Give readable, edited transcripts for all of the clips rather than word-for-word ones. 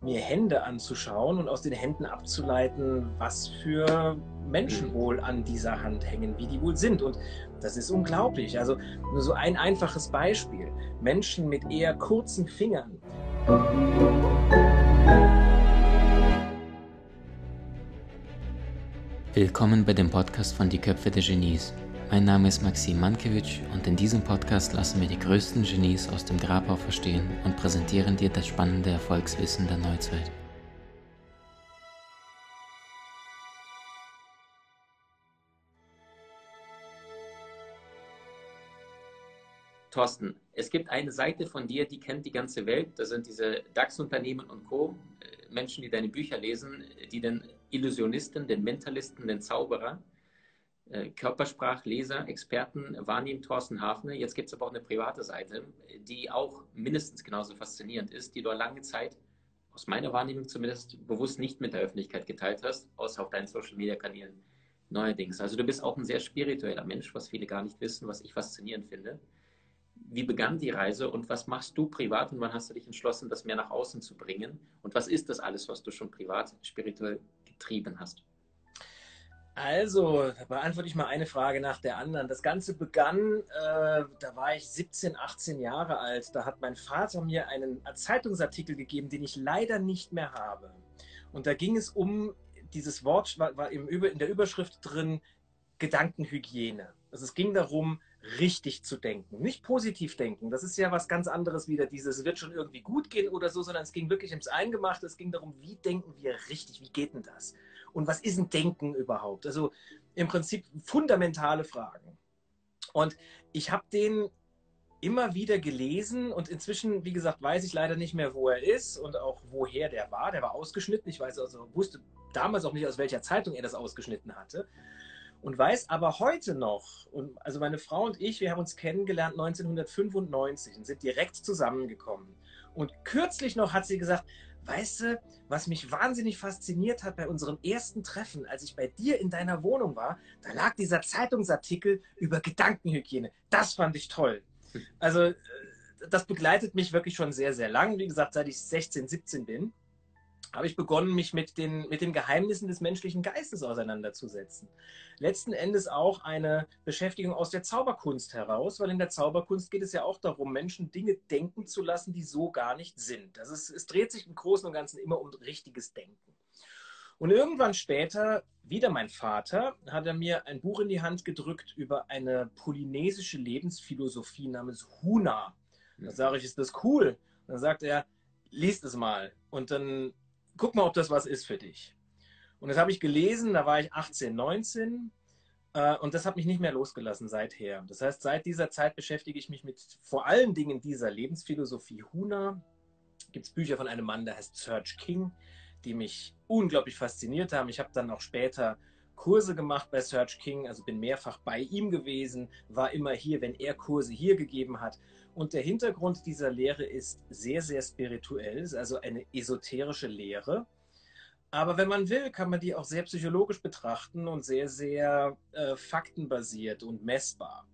mir Hände anzuschauen und aus den Händen abzuleiten, was für Menschen wohl an dieser Hand hängen, wie die wohl sind. Und das ist unglaublich. Also nur so ein einfaches Beispiel. Menschen mit eher kurzen Fingern. Willkommen bei dem Podcast von Die Köpfe der Genies. Mein Name ist Maxim Mankewitsch und in diesem Podcast lassen wir die größten Genies aus dem Grabau verstehen und präsentieren dir das spannende Erfolgswissen der Neuzeit. Thorsten, es gibt eine Seite von dir, die kennt die ganze Welt. Das sind diese DAX-Unternehmen und Co. Menschen, die deine Bücher lesen, die den Illusionisten, den Mentalisten, den Zauberer, Körpersprachleser, Experten wahrnehmen, Thorsten Hafner. Jetzt gibt es aber auch eine private Seite, die auch mindestens genauso faszinierend ist, die du lange Zeit, aus meiner Wahrnehmung zumindest, bewusst nicht mit der Öffentlichkeit geteilt hast, außer auf deinen Social-Media-Kanälen neuerdings. Also du bist auch ein sehr spiritueller Mensch, was viele gar nicht wissen, was ich faszinierend finde. Wie begann die Reise und was machst du privat und wann hast du dich entschlossen, das mehr nach außen zu bringen? Und was ist das alles, was du schon privat, spirituell getrieben hast? Also, da beantworte ich mal eine Frage nach der anderen. Das Ganze begann, da war ich 17, 18 Jahre alt. Da hat mein Vater mir einen Zeitungsartikel gegeben, den ich leider nicht mehr habe. Und da ging es um dieses Wort, war in der Überschrift drin, Gedankenhygiene. Also es ging darum, richtig zu denken, nicht positiv denken. Das ist ja was ganz anderes wieder, dieses wird schon irgendwie gut gehen oder so, sondern es ging wirklich ums Eingemachte. Es ging darum, wie denken wir richtig, wie geht denn das? Und was ist ein Denken überhaupt? Also im Prinzip fundamentale Fragen. Und ich habe den immer wieder gelesen und inzwischen, wie gesagt, weiß ich leider nicht mehr, wo er ist und auch woher der war. Der war ausgeschnitten. Ich weiß also, wusste damals auch nicht, aus welcher Zeitung er das ausgeschnitten hatte. Und weiß aber heute noch, und also meine Frau und ich, wir haben uns kennengelernt 1995 und sind direkt zusammengekommen. Und kürzlich noch hat sie gesagt, weißt du, was mich wahnsinnig fasziniert hat bei unserem ersten Treffen, als ich bei dir in deiner Wohnung war, da lag dieser Zeitungsartikel über Gedankenhygiene. Das fand ich toll. Also das begleitet mich wirklich schon sehr, sehr lang. Wie gesagt, seit ich 16, 17 bin, habe ich begonnen, mich mit den Geheimnissen des menschlichen Geistes auseinanderzusetzen. Letzten Endes auch eine Beschäftigung aus der Zauberkunst heraus, weil in der Zauberkunst geht es ja auch darum, Menschen Dinge denken zu lassen, die so gar nicht sind. Also es dreht sich im Großen und Ganzen immer um richtiges Denken. Und irgendwann später, wieder mein Vater, hat er mir ein Buch in die Hand gedrückt über eine polynesische Lebensphilosophie namens Huna. Da sage ich, ist das cool? Und dann sagt er, liest es mal. Und dann guck mal, ob das was ist für dich. Und das habe ich gelesen, da war ich 18, 19 und das hat mich nicht mehr losgelassen seither. Das heißt, seit dieser Zeit beschäftige ich mich mit vor allen Dingen dieser Lebensphilosophie Huna. Gibt es Bücher von einem Mann, der heißt Serge King, die mich unglaublich fasziniert haben. Ich habe dann auch später Kurse gemacht bei Serge King, also bin mehrfach bei ihm gewesen, war immer hier, wenn er Kurse hier gegeben hat. Und der Hintergrund dieser Lehre ist sehr, sehr spirituell, ist also eine esoterische Lehre. Aber wenn man will, kann man die auch sehr psychologisch betrachten und sehr, sehr faktenbasiert und messbar.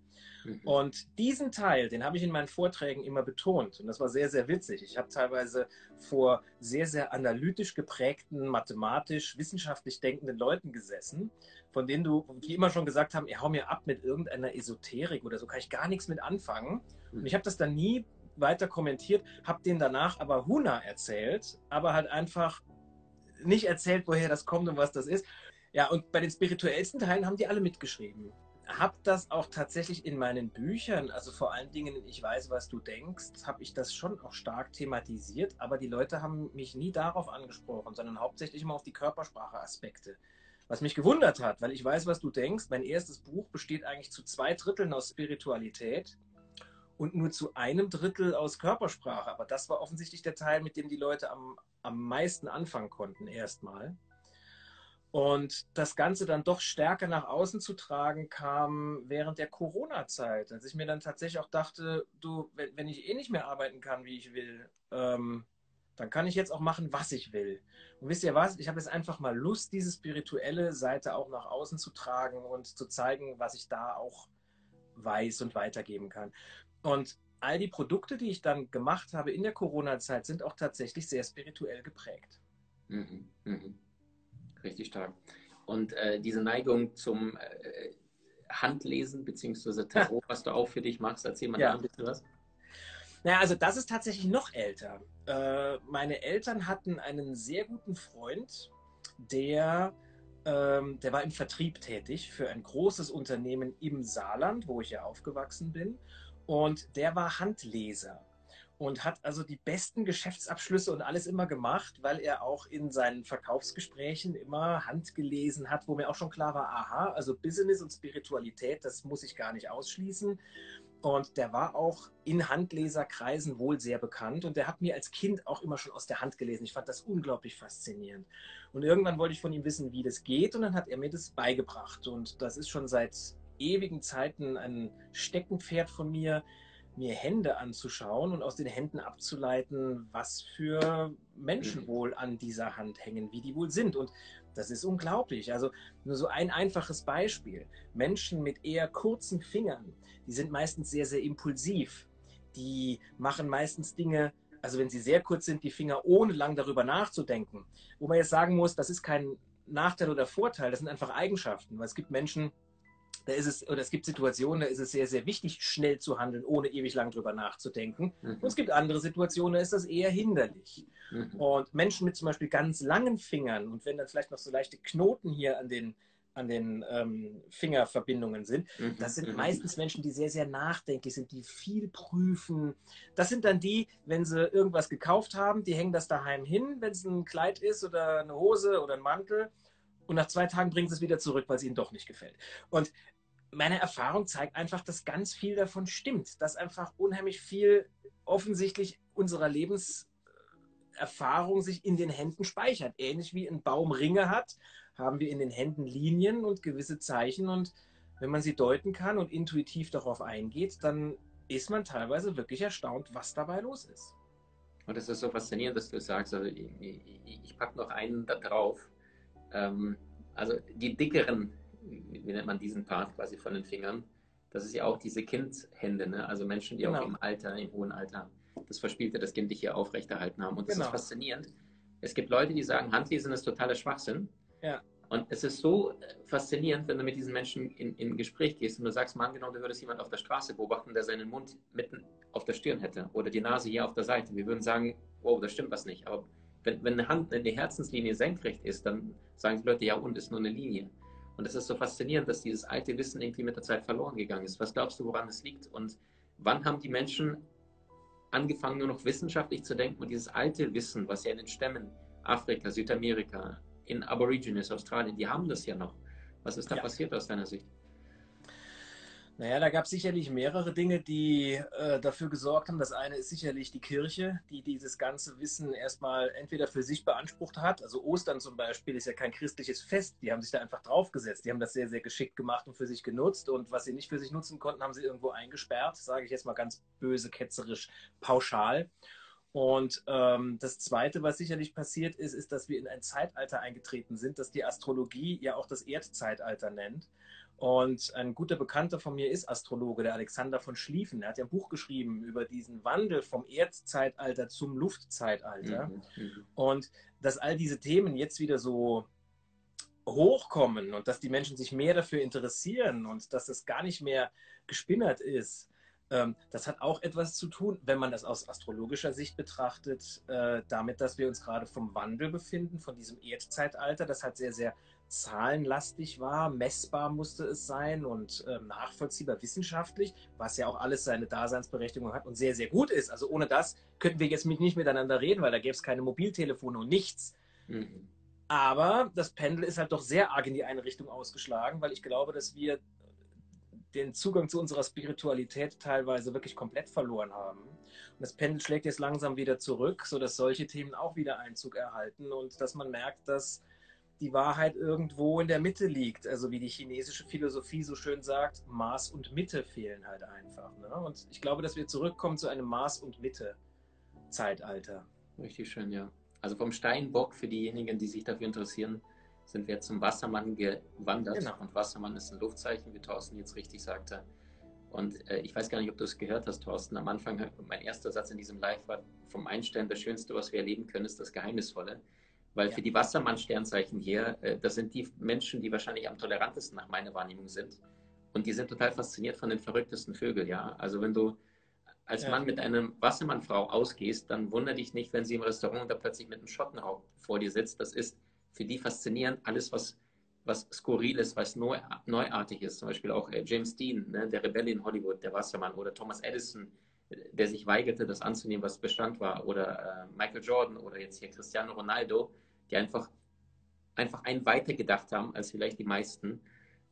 Und diesen Teil, den habe ich in meinen Vorträgen immer betont. Und das war sehr, sehr witzig. Ich habe teilweise vor sehr, sehr analytisch geprägten, mathematisch, wissenschaftlich denkenden Leuten gesessen, von denen die immer schon gesagt haben, hau mir ab mit irgendeiner Esoterik oder so, kann ich gar nichts mit anfangen. Und ich habe das dann nie weiter kommentiert, habe denen danach aber Huna erzählt, aber halt einfach nicht erzählt, woher das kommt und was das ist. Ja, und bei den spirituellsten Teilen haben die alle mitgeschrieben. Habe das auch tatsächlich in meinen Büchern, also vor allen Dingen in Ich weiß, was du denkst, habe ich das schon auch stark thematisiert, aber die Leute haben mich nie darauf angesprochen, sondern hauptsächlich immer auf die Körpersprache-Aspekte. Was mich gewundert hat, weil Ich weiß, was du denkst, mein erstes Buch besteht eigentlich zu 2/3 aus Spiritualität und nur zu 1/3 aus Körpersprache. Aber das war offensichtlich der Teil, mit dem die Leute am meisten anfangen konnten erstmal. Und das Ganze dann doch stärker nach außen zu tragen, kam während der Corona-Zeit, als ich mir dann tatsächlich auch dachte, du, wenn ich eh nicht mehr arbeiten kann, wie ich will, dann kann ich jetzt auch machen, was ich will. Und wisst ihr was? Ich habe jetzt einfach mal Lust, diese spirituelle Seite auch nach außen zu tragen und zu zeigen, was ich da auch weiß und weitergeben kann. Und all die Produkte, die ich dann gemacht habe in der Corona-Zeit, sind auch tatsächlich sehr spirituell geprägt. Mhm. Mhm. Richtig stark. Und diese Neigung zum Handlesen bzw. Tarot, was du auch für dich machst, erzähl mal da Ja. ein bisschen was. Naja, also das ist tatsächlich noch älter. Meine Eltern hatten einen sehr guten Freund, der war im Vertrieb tätig für ein großes Unternehmen im Saarland, wo ich ja aufgewachsen bin. Und der war Handleser und hat also die besten Geschäftsabschlüsse und alles immer gemacht, weil er auch in seinen Verkaufsgesprächen immer Hand gelesen hat, wo mir auch schon klar war, aha, also Business und Spiritualität, das muss ich gar nicht ausschließen. Und der war auch in Handleserkreisen wohl sehr bekannt und der hat mir als Kind auch immer schon aus der Hand gelesen. Ich fand das unglaublich faszinierend. Und irgendwann wollte ich von ihm wissen, wie das geht und dann hat er mir das beigebracht. Und das ist schon seit ewigen Zeiten ein Steckenpferd von mir Hände anzuschauen und aus den Händen abzuleiten, was für Menschen wohl an dieser Hand hängen, wie die wohl sind. Und das ist unglaublich. Also nur so ein einfaches Beispiel. Menschen mit eher kurzen Fingern, die sind meistens sehr, sehr impulsiv. Die machen meistens Dinge, also wenn sie sehr kurz sind, die Finger, ohne lang darüber nachzudenken. Wo man jetzt sagen muss, das ist kein Nachteil oder Vorteil, das sind einfach Eigenschaften. Weil es gibt Menschen, da ist es, oder es gibt Situationen, da ist es sehr, sehr wichtig, schnell zu handeln, ohne ewig lang drüber nachzudenken. Und es gibt andere Situationen, da ist das eher hinderlich. Und Menschen mit zum Beispiel ganz langen Fingern und wenn dann vielleicht noch so leichte Knoten hier an den Fingerverbindungen sind, das sind meistens Menschen, die sehr, sehr nachdenklich sind, die viel prüfen. Das sind dann die, wenn sie irgendwas gekauft haben, die hängen das daheim hin, wenn es ein Kleid ist oder eine Hose oder ein Mantel. Und nach 2 Tagen bringen sie es wieder zurück, weil es ihnen doch nicht gefällt. Und meine Erfahrung zeigt einfach, dass ganz viel davon stimmt, dass einfach unheimlich viel offensichtlich unserer Lebenserfahrung sich in den Händen speichert. Ähnlich wie ein Baum Ringe hat, haben wir in den Händen Linien und gewisse Zeichen. Und wenn man sie deuten kann und intuitiv darauf eingeht, dann ist man teilweise wirklich erstaunt, was dabei los ist. Und es ist so faszinierend, dass du es sagst. Also ich packe noch einen da drauf. Also die dickeren, wie nennt man diesen Part quasi von den Fingern, das ist ja auch diese Kindhände, ne? Also Menschen, die auch im Alter, im hohen Alter, das verspielte, das kindliche aufrechterhalten haben. Und das ist faszinierend. Es gibt Leute, die sagen, Handlesen ist totaler Schwachsinn. Ja. Und es ist so faszinierend, wenn du mit diesen Menschen in Gespräch gehst und du sagst, mal angenommen, du würdest jemand auf der Straße beobachten, der seinen Mund mitten auf der Stirn hätte oder die Nase hier auf der Seite. Wir würden sagen, wow, da stimmt was nicht. Aber wenn eine Hand in der Herzenslinie senkrecht ist, dann sagen die Leute, ja, und ist nur eine Linie. Und es ist so faszinierend, dass dieses alte Wissen irgendwie mit der Zeit verloren gegangen ist. Was glaubst du, woran es liegt? Und wann haben die Menschen angefangen, nur noch wissenschaftlich zu denken und dieses alte Wissen, was ja in den Stämmen Afrika, Südamerika, in Aborigines, Australien, die haben das ja noch. Was ist da passiert aus deiner Sicht? Naja, da gab es sicherlich mehrere Dinge, die dafür gesorgt haben. Das eine ist sicherlich die Kirche, die dieses ganze Wissen erstmal entweder für sich beansprucht hat. Also Ostern zum Beispiel ist ja kein christliches Fest. Die haben sich da einfach draufgesetzt. Die haben das sehr, sehr geschickt gemacht und für sich genutzt. Und was sie nicht für sich nutzen konnten, haben sie irgendwo eingesperrt. Sage ich jetzt mal ganz böse, ketzerisch, pauschal. Und das Zweite, was sicherlich passiert ist, ist, dass wir in ein Zeitalter eingetreten sind, das die Astrologie ja auch das Erdzeitalter nennt. Und ein guter Bekannter von mir ist Astrologe, der Alexander von Schlieffen. Er hat ja ein Buch geschrieben über diesen Wandel vom Erdzeitalter zum Luftzeitalter. Und dass all diese Themen jetzt wieder so hochkommen und dass die Menschen sich mehr dafür interessieren und dass es gar nicht mehr gespinnert ist, das hat auch etwas zu tun, wenn man das aus astrologischer Sicht betrachtet, damit, dass wir uns gerade vom Wandel befinden, von diesem Erdzeitalter, das halt sehr, sehr zahlenlastig war, messbar musste es sein und nachvollziehbar wissenschaftlich, was ja auch alles seine Daseinsberechtigung hat und sehr, sehr gut ist. Also ohne das könnten wir jetzt nicht miteinander reden, weil da gäbe es keine Mobiltelefone und nichts. Aber das Pendel ist halt doch sehr arg in die eine Richtung ausgeschlagen, weil ich glaube, dass wir den Zugang zu unserer Spiritualität teilweise wirklich komplett verloren haben. Und das Pendel schlägt jetzt langsam wieder zurück, sodass solche Themen auch wieder Einzug erhalten und dass man merkt, dass die Wahrheit irgendwo in der Mitte liegt. Also wie die chinesische Philosophie so schön sagt, Maß und Mitte fehlen halt einfach. Ne? Und ich glaube, dass wir zurückkommen zu einem Maß- und Mitte-Zeitalter. Richtig schön, ja. Also vom Steinbock, für diejenigen, die sich dafür interessieren, sind wir zum Wassermann gewandert. Genau. Und Wassermann ist ein Luftzeichen, wie Thorsten jetzt richtig sagte. Und ich weiß gar nicht, ob du es gehört hast, Thorsten. Am Anfang, mein erster Satz in diesem Live war vom Einstein: Das Schönste, was wir erleben können, ist das Geheimnisvolle. Weil für die Wassermann-Sternzeichen hier, das sind die Menschen, die wahrscheinlich am tolerantesten nach meiner Wahrnehmung sind. Und die sind total fasziniert von den verrücktesten Vögeln, ja. Also wenn du als Mann mit einer Wassermann-Frau ausgehst, dann wundere dich nicht, wenn sie im Restaurant da plötzlich mit einem Schottenhaupt vor dir sitzt. Das ist für die faszinierend. Alles, was skurril ist, was neuartig ist. Zum Beispiel auch James Dean, ne, der Rebell in Hollywood, der Wassermann. Oder Thomas Edison, der sich weigerte, das anzunehmen, was Bestand war. Oder Michael Jordan oder jetzt hier Cristiano Ronaldo, die einfach einen weiter gedacht haben, als vielleicht die meisten,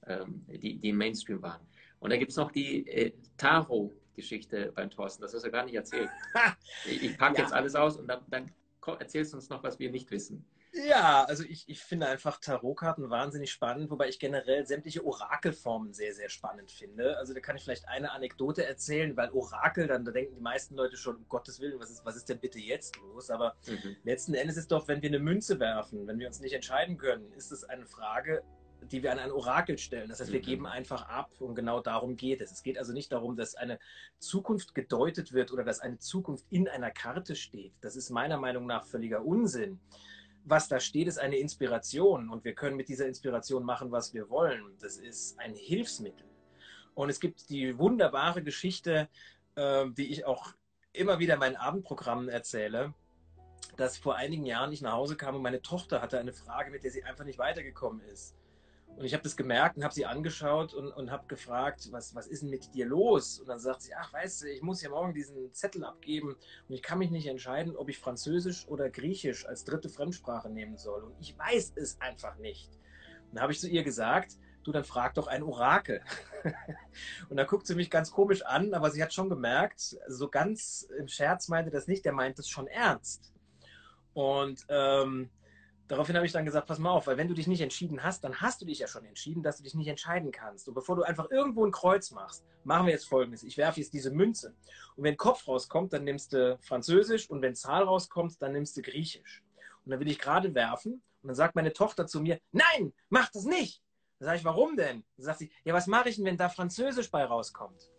die im Mainstream waren. Und da gibt es noch die Tarot-Geschichte beim Thorsten. Das hast du gar nicht erzählt. Ich packe jetzt alles aus und dann erzählst du uns noch, was wir nicht wissen. Ja, also ich finde einfach Tarotkarten wahnsinnig spannend, wobei ich generell sämtliche Orakelformen sehr, sehr spannend finde. Also da kann ich vielleicht eine Anekdote erzählen, weil Orakel, da denken die meisten Leute schon, um Gottes Willen, was ist denn bitte jetzt los? Aber letzten Endes ist doch, wenn wir eine Münze werfen, wenn wir uns nicht entscheiden können, ist es eine Frage, die wir an ein Orakel stellen. Das heißt, wir geben einfach ab und genau darum geht es. Es geht also nicht darum, dass eine Zukunft gedeutet wird oder dass eine Zukunft in einer Karte steht. Das ist meiner Meinung nach völliger Unsinn. Was da steht, ist eine Inspiration und wir können mit dieser Inspiration machen, was wir wollen. Das ist ein Hilfsmittel. Und es gibt die wunderbare Geschichte, die ich auch immer wieder in meinen Abendprogrammen erzähle, dass vor einigen Jahren ich nach Hause kam und meine Tochter hatte eine Frage, mit der sie einfach nicht weitergekommen ist. Und ich habe das gemerkt und habe sie angeschaut und habe gefragt, was ist denn mit dir los? Und dann sagt sie, ach, weißt du, ich muss ja morgen diesen Zettel abgeben und ich kann mich nicht entscheiden, ob ich Französisch oder Griechisch als dritte Fremdsprache nehmen soll. Und ich weiß es einfach nicht. Und dann habe ich zu ihr gesagt, du, dann frag doch ein Orakel. Und da guckt sie mich ganz komisch an, aber sie hat schon gemerkt, so ganz im Scherz meinte das nicht, der meint es schon ernst. Und daraufhin habe ich dann gesagt, pass mal auf, weil wenn du dich nicht entschieden hast, dann hast du dich ja schon entschieden, dass du dich nicht entscheiden kannst. Und bevor du einfach irgendwo ein Kreuz machst, machen wir jetzt Folgendes. Ich werfe jetzt diese Münze. Und wenn Kopf rauskommt, dann nimmst du Französisch. Und wenn Zahl rauskommt, dann nimmst du Griechisch. Und dann will ich gerade werfen. Und dann sagt meine Tochter zu mir, nein, mach das nicht. Dann sage ich, warum denn? Dann sagt sie, ja, was mache ich denn, wenn da Französisch bei rauskommt?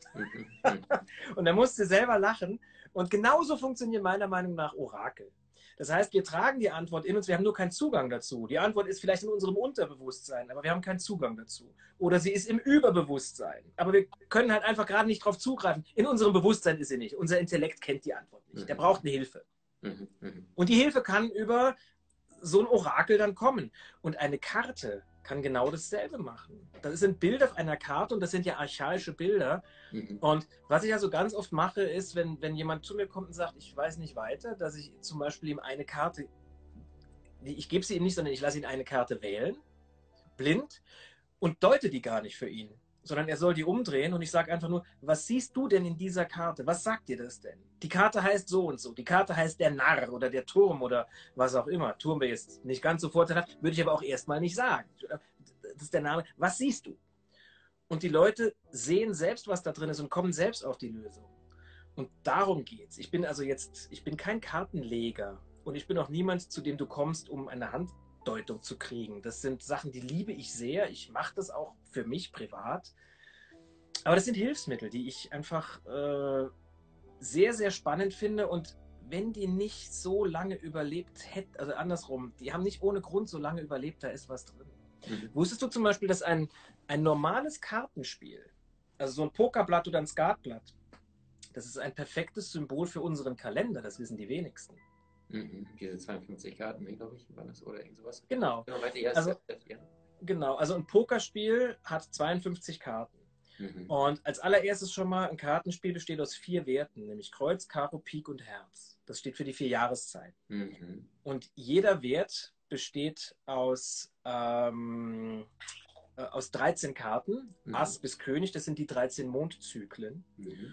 Und dann musste sie selber lachen. Und genauso funktionieren meiner Meinung nach Orakel. Das heißt, wir tragen die Antwort in uns, wir haben nur keinen Zugang dazu. Die Antwort ist vielleicht in unserem Unterbewusstsein, aber wir haben keinen Zugang dazu. Oder sie ist im Überbewusstsein. Aber wir können halt einfach gerade nicht drauf zugreifen. In unserem Bewusstsein ist sie nicht. Unser Intellekt kennt die Antwort nicht. Der braucht eine Hilfe. Und die Hilfe kann über so ein Orakel dann kommen. Und eine Karte kann genau dasselbe machen. Das ist ein Bild auf einer Karte und das sind ja archaische Bilder. Und was ich also ganz oft mache, ist, wenn jemand zu mir kommt und sagt, ich weiß nicht weiter, dass ich zum Beispiel ihm eine Karte, ich gebe sie ihm nicht, sondern ich lasse ihn eine Karte wählen, blind, und deute die gar nicht für ihn, sondern er soll die umdrehen und ich sage einfach nur, was siehst du denn in dieser Karte? Was sagt dir das denn? Die Karte heißt so und so. Die Karte heißt der Narr oder der Turm oder was auch immer. Turm wäre jetzt nicht ganz so vorteilhaft, würde ich aber auch erstmal nicht sagen. Das ist der Name. Was siehst du? Und die Leute sehen selbst, was da drin ist und kommen selbst auf die Lösung. Und darum geht's. Ich bin kein Kartenleger und ich bin auch niemand, zu dem du kommst, um eine Handdeutung zu kriegen. Das sind Sachen, die liebe ich sehr. Ich mache das auch für mich privat. Aber das sind Hilfsmittel, die ich einfach sehr, sehr spannend finde. Und wenn die nicht so lange überlebt hätten, also andersrum, die haben nicht ohne Grund so lange überlebt, da ist was drin. Wusstest du zum Beispiel, dass ein normales Kartenspiel, also so ein Pokerblatt oder ein Skatblatt, das ist ein perfektes Symbol für unseren Kalender, das wissen die wenigsten. Diese 52 Karten, glaube ich, war das oder irgend sowas. Genau. Also, genau, also ein Pokerspiel hat 52 Karten. Und als allererstes schon mal, ein Kartenspiel besteht aus 4 Werten, nämlich Kreuz, Karo, Pik und Herz. Das steht für die 4 Jahreszeiten. Und jeder Wert besteht aus 13 Karten, Ass bis König, das sind die 13 Mondzyklen.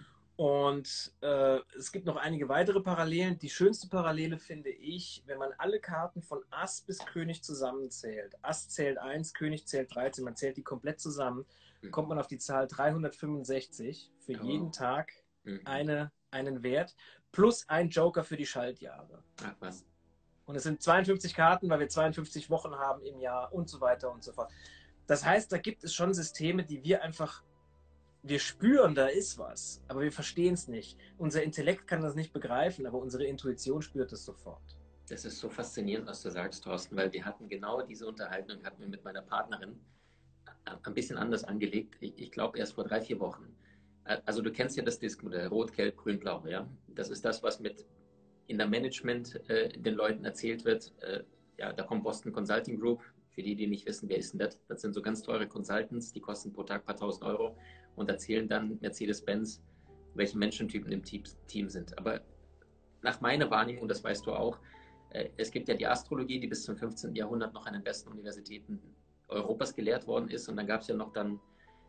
Und es gibt noch einige weitere Parallelen. Die schönste Parallele finde ich, wenn man alle Karten von Ass bis König zusammenzählt. Ass zählt 1, König zählt 13, man zählt die komplett zusammen, kommt man auf die Zahl 365 für jeden Tag einen Wert plus ein Joker für die Schaltjahre. Ach was. Und es sind 52 Karten, weil wir 52 Wochen haben im Jahr und so weiter und so fort. Das heißt, da gibt es schon Systeme, die wir einfach wir spüren, da ist was, aber wir verstehen es nicht. Unser Intellekt kann das nicht begreifen, aber unsere Intuition spürt es sofort. Das ist so faszinierend, was du sagst, Thorsten, weil wir hatten genau diese Unterhaltung, hatten wir mit meiner Partnerin ein bisschen anders angelegt. Ich glaube erst vor 3, 4 Wochen. Also du kennst ja das Diskmodell, Rot, Gelb, Grün, Blau, ja? Das ist das, was mit in der Management den Leuten erzählt wird. Ja, da kommt Boston Consulting Group. Für die, die nicht wissen, wer ist denn das? Das sind so ganz teure Consultants, die kosten pro Tag ein paar tausend Euro und erzählen dann Mercedes-Benz, welche Menschentypen im Team sind. Aber nach meiner Wahrnehmung, und das weißt du auch, es gibt ja die Astrologie, die bis zum 15. Jahrhundert noch an den besten Universitäten Europas gelehrt worden ist. Und dann gab es ja noch dann,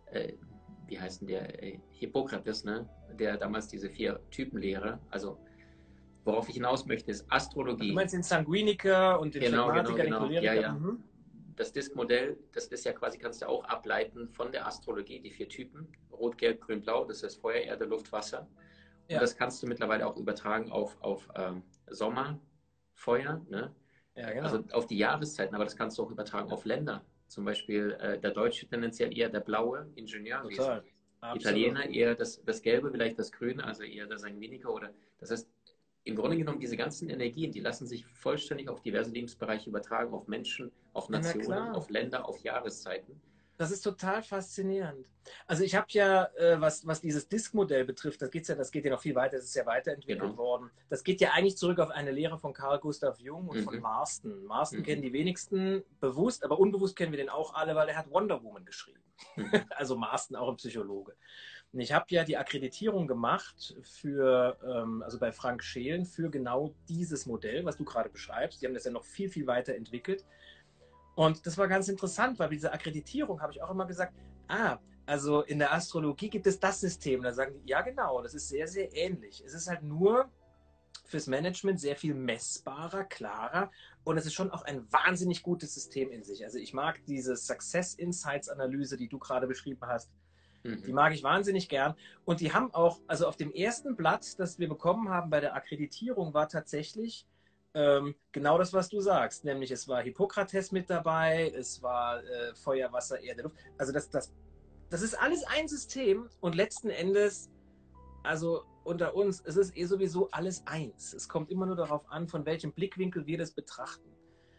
wie heißt denn der, Hippokrates, ne? Der damals diese 4 Typenlehre, also worauf ich hinaus möchte, ist Astrologie. Du meinst den Sanguiniker und den Phlegmatiker, den Choleriker? Ja, ja. Mhm. Das Diskmodell, das ist ja quasi, kannst du auch ableiten von der Astrologie, die 4 Typen, Rot, Gelb, Grün, Blau, das ist Feuer, Erde, Luft, Wasser. Und ja, das kannst du mittlerweile auch übertragen auf Sommer, Feuer, ne? Ja, genau. Also auf die Jahreszeiten, aber das kannst du auch übertragen auf Länder. Zum Beispiel der Deutsche tendenziell eher der blaue Ingenieurwesen. Total. Italiener eher das Gelbe, vielleicht das Grüne, also eher der Sanguiniker. Oder das heißt, im Grunde genommen, diese ganzen Energien, die lassen sich vollständig auf diverse Lebensbereiche übertragen, auf Menschen, auf Nationen, auf Länder, auf Jahreszeiten. Das ist total faszinierend. Also ich habe ja, was dieses Disk-Modell betrifft, das geht ja noch viel weiter, das ist ja weiterentwickelt worden. Das geht ja eigentlich zurück auf eine Lehre von Carl Gustav Jung und von Marston. Marston kennen die wenigsten bewusst, aber unbewusst kennen wir den auch alle, weil er hat Wonder Woman geschrieben. Also Marston, auch ein Psychologe. Und ich habe ja die Akkreditierung gemacht für, also bei Frank Schelen, für genau dieses Modell, was du gerade beschreibst. Die haben das ja noch viel, viel weiter entwickelt. Und das war ganz interessant, weil bei dieser Akkreditierung habe ich auch immer gesagt, also in der Astrologie gibt es das System. Da sagen die, ja genau, das ist sehr, sehr ähnlich. Es ist halt nur fürs Management sehr viel messbarer, klarer und es ist schon auch ein wahnsinnig gutes System in sich. Also ich mag diese Success Insights Analyse, die du gerade beschrieben hast, die mag ich wahnsinnig gern. Und die haben auch, also auf dem ersten Blatt, das wir bekommen haben bei der Akkreditierung, war tatsächlich genau das, was du sagst. Nämlich es war Hippokrates mit dabei, es war Feuer, Wasser, Erde, Luft. Also das ist alles ein System und letzten Endes, also unter uns, es ist sowieso alles eins. Es kommt immer nur darauf an, von welchem Blickwinkel wir das betrachten.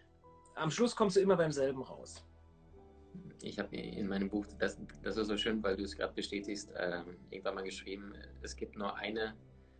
Am Schluss kommst du immer beim selben raus. Ich habe in meinem Buch, das ist so schön, weil du es gerade bestätigst, irgendwann mal geschrieben, es gibt nur eine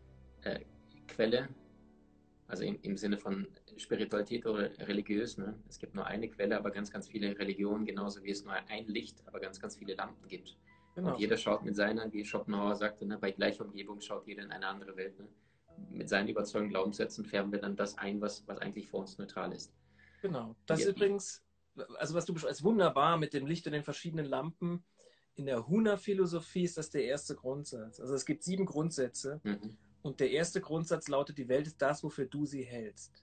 Quelle, also im Sinne von Spiritualität oder religiös, ne? Es gibt nur eine Quelle, aber ganz, ganz viele Religionen, genauso wie es nur ein Licht, aber ganz, ganz viele Lampen gibt. Genau. Und jeder schaut mit seiner, wie Schopenhauer sagte, ne, bei gleicher Umgebung schaut jeder in eine andere Welt. Ne? Mit seinen überzeugenden Glaubenssätzen färben wir dann das ein, was eigentlich für uns neutral ist. Genau. Das ist übrigens, also was du beschreibst, wunderbar mit dem Licht und den verschiedenen Lampen. In der Huna-Philosophie ist das der erste Grundsatz. Also es gibt 7 Grundsätze. Und der erste Grundsatz lautet, die Welt ist das, wofür du sie hältst.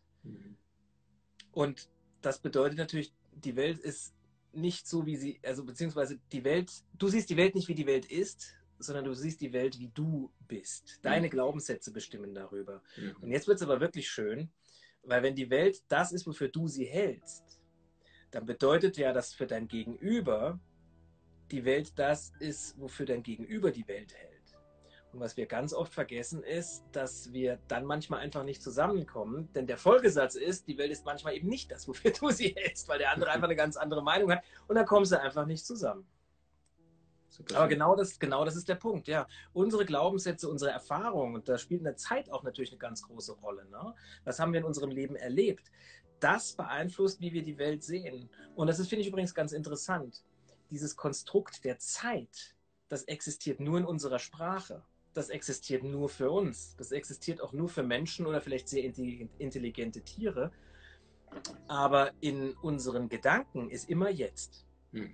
Und das bedeutet natürlich, die Welt ist nicht so, wie sie, also beziehungsweise die Welt, du siehst die Welt nicht, wie die Welt ist, sondern du siehst die Welt, wie du bist. Deine Glaubenssätze bestimmen darüber. Und jetzt wird es aber wirklich schön, weil wenn die Welt das ist, wofür du sie hältst, dann bedeutet ja, dass für dein Gegenüber die Welt das ist, wofür dein Gegenüber die Welt hält. Und was wir ganz oft vergessen ist, dass wir dann manchmal einfach nicht zusammenkommen. Denn der Folgesatz ist, die Welt ist manchmal eben nicht das, wofür du sie hältst, weil der andere einfach eine ganz andere Meinung hat. Und dann kommst du einfach nicht zusammen. Super. Aber genau das ist der Punkt, ja. Unsere Glaubenssätze, unsere Erfahrungen, und da spielt eine Zeit auch natürlich eine ganz große Rolle. Ne? Was haben wir in unserem Leben erlebt? Das beeinflusst, wie wir die Welt sehen. Und das finde ich übrigens ganz interessant. Dieses Konstrukt der Zeit, das existiert nur in unserer Sprache. Das existiert nur für uns. Das existiert auch nur für Menschen oder vielleicht sehr intelligente Tiere. Aber in unseren Gedanken ist immer jetzt.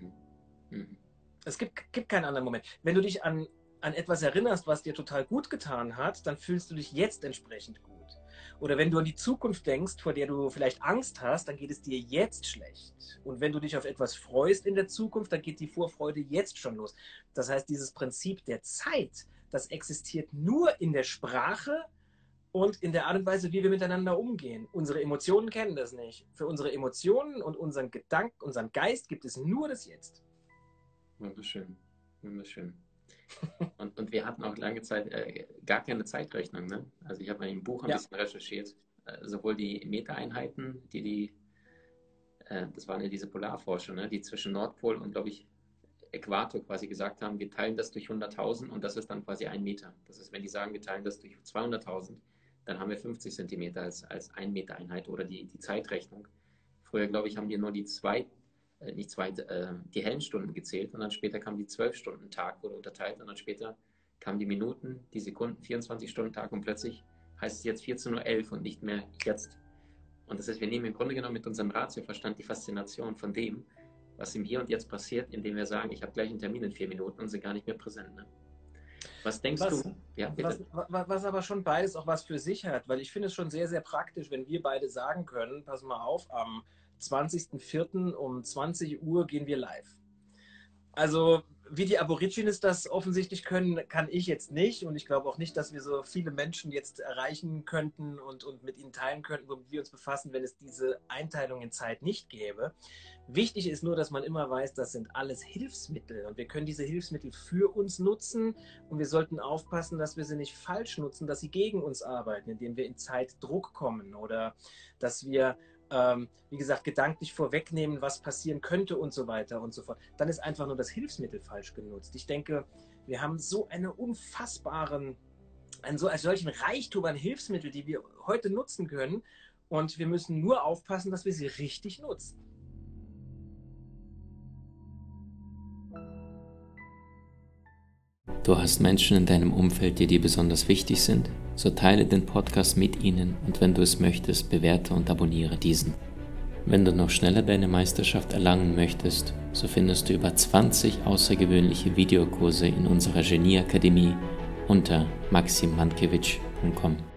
Es gibt keinen anderen Moment. Wenn du dich an etwas erinnerst, was dir total gut getan hat, dann fühlst du dich jetzt entsprechend gut. Oder wenn du an die Zukunft denkst, vor der du vielleicht Angst hast, dann geht es dir jetzt schlecht. Und wenn du dich auf etwas freust in der Zukunft, dann geht die Vorfreude jetzt schon los. Das heißt, dieses Prinzip der Zeit, das existiert nur in der Sprache und in der Art und Weise, wie wir miteinander umgehen. Unsere Emotionen kennen das nicht. Für unsere Emotionen und unseren Gedanken, unseren Geist gibt es nur das Jetzt. Wunderschön. Wunderschön. Und wir hatten auch lange Zeit gar keine Zeitrechnung. Ne? Also ich habe mal im Buch ein bisschen recherchiert, sowohl die Metereinheiten, das waren ja diese Polarforscher, ne? Die zwischen Nordpol und, glaube ich, Äquator quasi gesagt haben, wir teilen das durch 100.000 und das ist dann quasi 1 Meter. Das ist, wenn die sagen, wir teilen das durch 200.000, dann haben wir 50 Zentimeter als 1 Meter Einheit oder die Zeitrechnung. Früher, glaube ich, haben die nur die hellen Stunden gezählt und dann später kam die 12-Stunden-Tag, wurde unterteilt und dann später kamen die Minuten, die Sekunden, 24-Stunden-Tag und plötzlich heißt es jetzt 14:11 Uhr und nicht mehr jetzt. Und das heißt, wir nehmen im Grunde genommen mit unserem Ratioverstand die Faszination von dem, was im Hier und Jetzt passiert, indem wir sagen, ich habe gleich einen Termin in 4 Minuten und sind gar nicht mehr präsent. Ne? Was denkst du? Ja, bitte. Was aber schon beides auch was für sich hat, weil ich finde es schon sehr, sehr praktisch, wenn wir beide sagen können, pass mal auf, am 20.04. um 20 Uhr gehen wir live. Also wie die Aborigines das offensichtlich können, kann ich jetzt nicht. Und ich glaube auch nicht, dass wir so viele Menschen jetzt erreichen könnten und mit ihnen teilen könnten, womit wir uns befassen, wenn es diese Einteilung in Zeit nicht gäbe. Wichtig ist nur, dass man immer weiß, das sind alles Hilfsmittel. Und wir können diese Hilfsmittel für uns nutzen. Und wir sollten aufpassen, dass wir sie nicht falsch nutzen, dass sie gegen uns arbeiten, indem wir in Zeitdruck kommen oder dass wir wie gesagt, gedanklich vorwegnehmen, was passieren könnte und so weiter und so fort. Dann ist einfach nur das Hilfsmittel falsch genutzt. Ich denke, wir haben so einen solchen Reichtum an Hilfsmitteln, die wir heute nutzen können und wir müssen nur aufpassen, dass wir sie richtig nutzen. Du hast Menschen in deinem Umfeld, die dir besonders wichtig sind? So teile den Podcast mit ihnen und wenn du es möchtest, bewerte und abonniere diesen. Wenn du noch schneller deine Meisterschaft erlangen möchtest, so findest du über 20 außergewöhnliche Videokurse in unserer Genieakademie unter maximmankiewicz.com.